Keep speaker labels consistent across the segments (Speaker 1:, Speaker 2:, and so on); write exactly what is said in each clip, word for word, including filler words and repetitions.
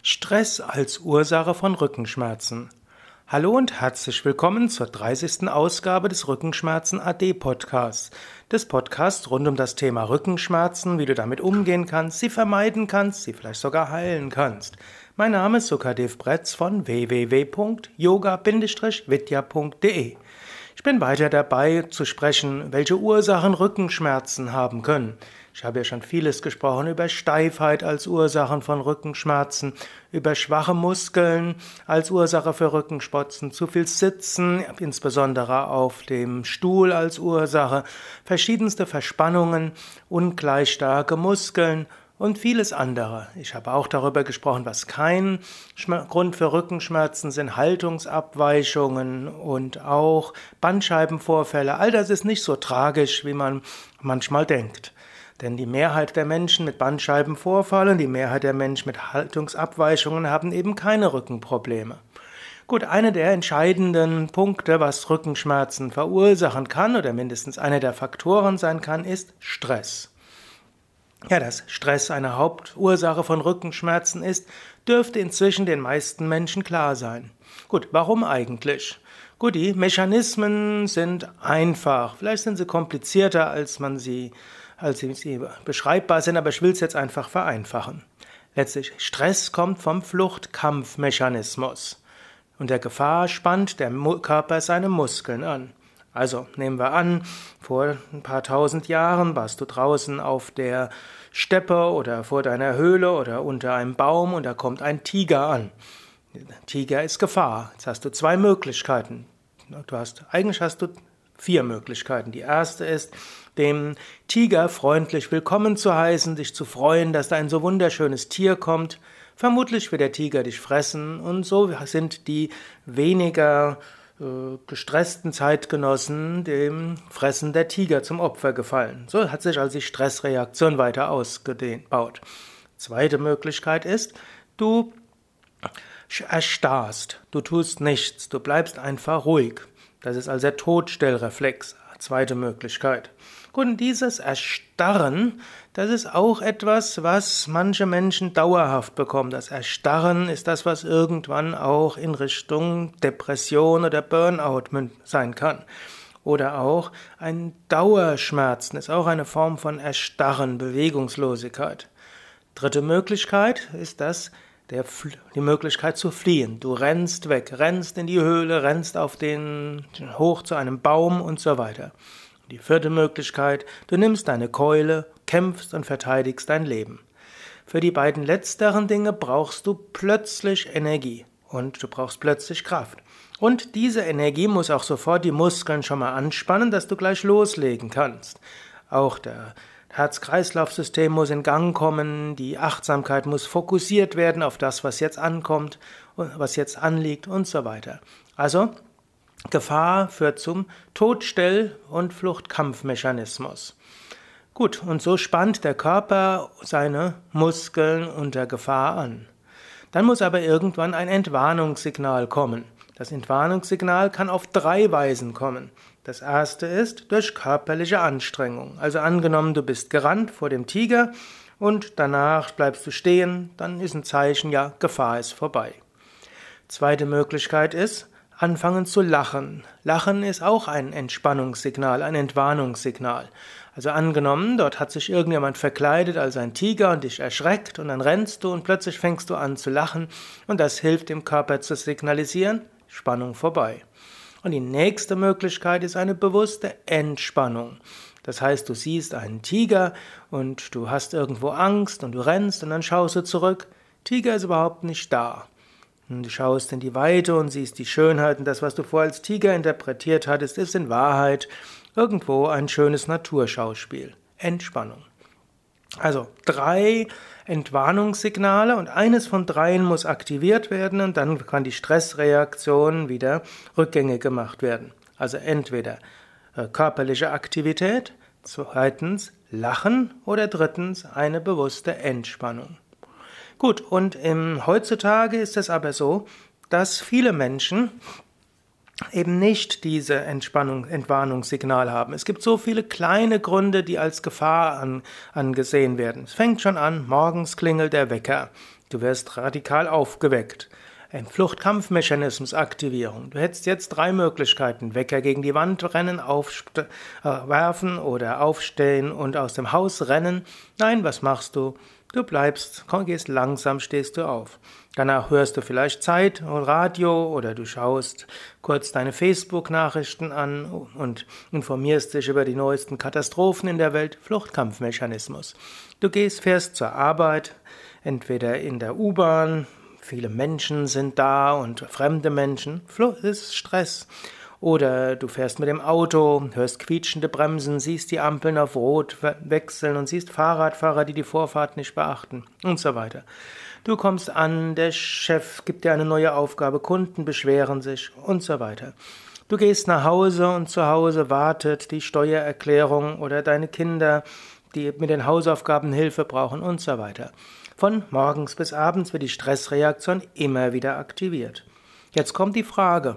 Speaker 1: Stress als Ursache von Rückenschmerzen. Hallo und herzlich willkommen zur dreißigsten Ausgabe des Rückenschmerzen A D Podcasts. Des Podcasts rund um das Thema Rückenschmerzen, wie du damit umgehen kannst, sie vermeiden kannst, sie vielleicht sogar heilen kannst. Mein Name ist Sukadev Bretz von w w w punkt yoga vidya punkt de. Ich bin weiter dabei zu sprechen, welche Ursachen Rückenschmerzen haben können. Ich habe ja schon vieles gesprochen über Steifheit als Ursachen von Rückenschmerzen, über schwache Muskeln als Ursache für Rückenschmerzen, zu viel Sitzen, insbesondere auf dem Stuhl als Ursache, verschiedenste Verspannungen, ungleich starke Muskeln und vieles andere. Ich habe auch darüber gesprochen, was kein Grund für Rückenschmerzen sind, Haltungsabweichungen und auch Bandscheibenvorfälle. All das ist nicht so tragisch, wie man manchmal denkt. Denn die Mehrheit der Menschen mit Bandscheibenvorfall und die Mehrheit der Menschen mit Haltungsabweichungen haben eben keine Rückenprobleme. Gut, einer der entscheidenden Punkte, was Rückenschmerzen verursachen kann oder mindestens einer der Faktoren sein kann, ist Stress. Ja, dass Stress eine Hauptursache von Rückenschmerzen ist, dürfte inzwischen den meisten Menschen klar sein. Gut, warum eigentlich? Gut, die Mechanismen sind einfach. Vielleicht sind sie komplizierter, als man sie, als sie beschreibbar sind, aber ich will es jetzt einfach vereinfachen. Letztlich, Stress kommt vom Flucht-Kampf-Mechanismus. Unter Gefahr spannt der Körper seine Muskeln an. Also nehmen wir an, vor ein paar tausend Jahren warst du draußen auf der Steppe oder vor deiner Höhle oder unter einem Baum und da kommt ein Tiger an. Tiger ist Gefahr. Jetzt hast du zwei Möglichkeiten. Du hast, eigentlich hast du vier Möglichkeiten. Die erste ist, dem Tiger freundlich willkommen zu heißen, dich zu freuen, dass da ein so wunderschönes Tier kommt. Vermutlich wird der Tiger dich fressen und so sind die weniger äh, gestressten Zeitgenossen dem Fressen der Tiger zum Opfer gefallen. So hat sich also die Stressreaktion weiter ausgebaut. Zweite Möglichkeit ist, du erstarrst, du tust nichts, du bleibst einfach ruhig. Das ist also der Todstellreflex. Zweite Möglichkeit. Gut, und dieses Erstarren, das ist auch etwas, was manche Menschen dauerhaft bekommen. Das Erstarren ist das, was irgendwann auch in Richtung Depression oder Burnout sein kann. Oder auch ein Dauerschmerzen ist auch eine Form von Erstarren, Bewegungslosigkeit. Dritte Möglichkeit ist das, Der, die Möglichkeit zu fliehen. Du rennst weg, rennst in die Höhle, rennst auf den, hoch zu einem Baum und so weiter. Die vierte Möglichkeit, du nimmst deine Keule, kämpfst und verteidigst dein Leben. Für die beiden letzteren Dinge brauchst du plötzlich Energie und du brauchst plötzlich Kraft. Und diese Energie muss auch sofort die Muskeln schon mal anspannen, dass du gleich loslegen kannst. Auch der Herz-Kreislauf-System muss in Gang kommen, die Achtsamkeit muss fokussiert werden auf das, was jetzt ankommt, was jetzt anliegt und so weiter. Also, Gefahr führt zum Todstell- und Fluchtkampfmechanismus. Gut, und so spannt der Körper seine Muskeln unter Gefahr an. Dann muss aber irgendwann ein Entwarnungssignal kommen. Das Entwarnungssignal kann auf drei Weisen kommen. Das erste ist durch körperliche Anstrengung. Also angenommen, du bist gerannt vor dem Tiger und danach bleibst du stehen, dann ist ein Zeichen, ja, Gefahr ist vorbei. Zweite Möglichkeit ist, anfangen zu lachen. Lachen ist auch ein Entspannungssignal, ein Entwarnungssignal. Also angenommen, dort hat sich irgendjemand verkleidet als ein Tiger und dich erschreckt und dann rennst du und plötzlich fängst du an zu lachen und das hilft dem Körper zu signalisieren, Spannung vorbei. Und die nächste Möglichkeit ist eine bewusste Entspannung. Das heißt, du siehst einen Tiger und du hast irgendwo Angst und du rennst und dann schaust du zurück. Tiger ist überhaupt nicht da. Und du schaust in die Weite und siehst die Schönheit und das, was du vorher als Tiger interpretiert hattest, ist in Wahrheit irgendwo ein schönes Naturschauspiel. Entspannung. Also drei Entwarnungssignale und eines von dreien muss aktiviert werden und dann kann die Stressreaktion wieder rückgängig gemacht werden. Also entweder äh, körperliche Aktivität, zweitens Lachen oder drittens eine bewusste Entspannung. Gut, und im, heutzutage ist es aber so, dass viele Menschen eben nicht diese Entspannung, Entwarnungssignal haben. Es gibt so viele kleine Gründe, die als Gefahr an, angesehen werden. Es fängt schon an, morgens klingelt der Wecker. Du wirst radikal aufgeweckt. Ein Fluchtkampfmechanismus-Aktivierung. Du hättest jetzt drei Möglichkeiten. Wecker gegen die Wand rennen, aufwerfen oder aufstehen und aus dem Haus rennen. Nein, was machst du? Du bleibst, gehst langsam, stehst du auf. Danach hörst du vielleicht Zeit, Radio oder du schaust kurz deine Facebook-Nachrichten an und informierst dich über die neuesten Katastrophen in der Welt. Fluchtkampfmechanismus. Du gehst, fährst zur Arbeit, entweder in der U-Bahn, viele Menschen sind da und fremde Menschen. Flucht ist Stress. Oder du fährst mit dem Auto, hörst quietschende Bremsen, siehst die Ampeln auf Rot wechseln und siehst Fahrradfahrer, die die Vorfahrt nicht beachten und so weiter. Du kommst an, der Chef gibt dir eine neue Aufgabe, Kunden beschweren sich und so weiter. Du gehst nach Hause und zu Hause wartet die Steuererklärung oder deine Kinder, die mit den Hausaufgaben Hilfe brauchen und so weiter. Von morgens bis abends wird die Stressreaktion immer wieder aktiviert. Jetzt kommt die Frage,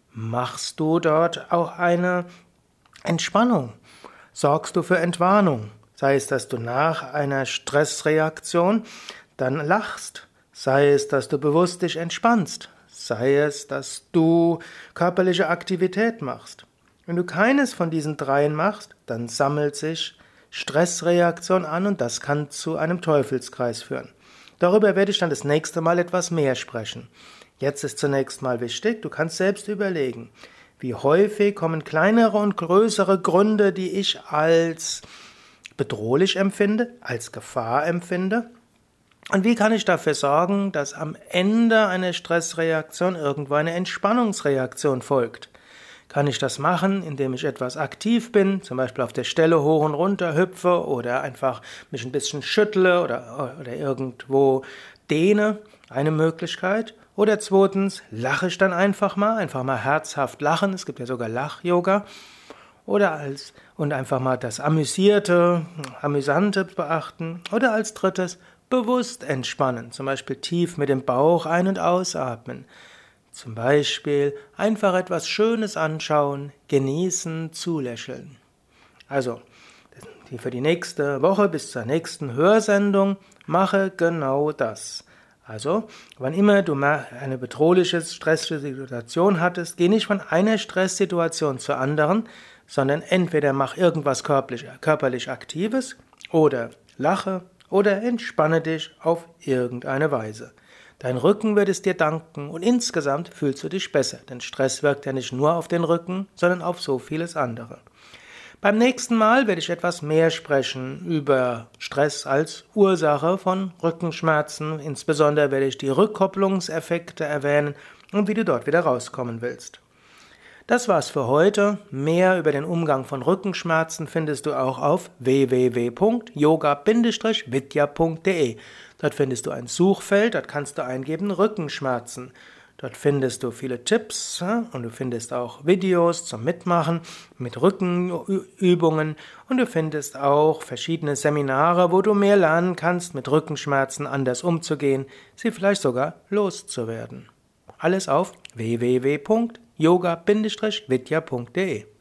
Speaker 1: machst du dort auch eine Entspannung? Sorgst du für Entwarnung? Sei es, dass du nach einer Stressreaktion dann lachst, sei es, dass du bewusst dich entspannst, sei es, dass du körperliche Aktivität machst. Wenn du keines von diesen dreien machst, dann sammelt sich Stressreaktion an und das kann zu einem Teufelskreis führen. Darüber werde ich dann das nächste Mal etwas mehr sprechen. Jetzt ist zunächst mal wichtig, du kannst selbst überlegen, wie häufig kommen kleinere und größere Gründe, die ich als bedrohlich empfinde, als Gefahr empfinde. Und wie kann ich dafür sorgen, dass am Ende einer Stressreaktion irgendwo eine Entspannungsreaktion folgt? Kann ich das machen, indem ich etwas aktiv bin, zum Beispiel auf der Stelle hoch und runter hüpfe oder einfach mich ein bisschen schüttle oder, oder irgendwo dehne? Eine Möglichkeit. Oder zweitens, lache ich dann einfach mal, einfach mal herzhaft lachen. Es gibt ja sogar Lach-Yoga. Oder als, und einfach mal das Amüsierte, Amüsante beachten. Oder als drittes, bewusst entspannen. Zum Beispiel tief mit dem Bauch ein- und ausatmen. Zum Beispiel einfach etwas Schönes anschauen, genießen, zulächeln. Also, für die nächste Woche bis zur nächsten Hörsendung mache genau das. Also, wann immer du eine bedrohliche, stressige Situation hattest, geh nicht von einer Stresssituation zur anderen, sondern entweder mach irgendwas körperlich, körperlich Aktives oder lache oder entspanne dich auf irgendeine Weise. Dein Rücken wird es dir danken und insgesamt fühlst du dich besser, denn Stress wirkt ja nicht nur auf den Rücken, sondern auf so vieles andere. Beim nächsten Mal werde ich etwas mehr sprechen über Stress als Ursache von Rückenschmerzen. Insbesondere werde ich die Rückkopplungseffekte erwähnen und wie du dort wieder rauskommen willst. Das war's für heute. Mehr über den Umgang von Rückenschmerzen findest du auch auf w w w punkt yoga Bindestrich vidya punkt de. Dort findest du ein Suchfeld, dort kannst du eingeben Rückenschmerzen. Dort findest du viele Tipps und du findest auch Videos zum Mitmachen mit Rückenübungen und du findest auch verschiedene Seminare, wo du mehr lernen kannst, mit Rückenschmerzen anders umzugehen, sie vielleicht sogar loszuwerden. Alles auf w w w punkt yoga Bindestrich vidya punkt de.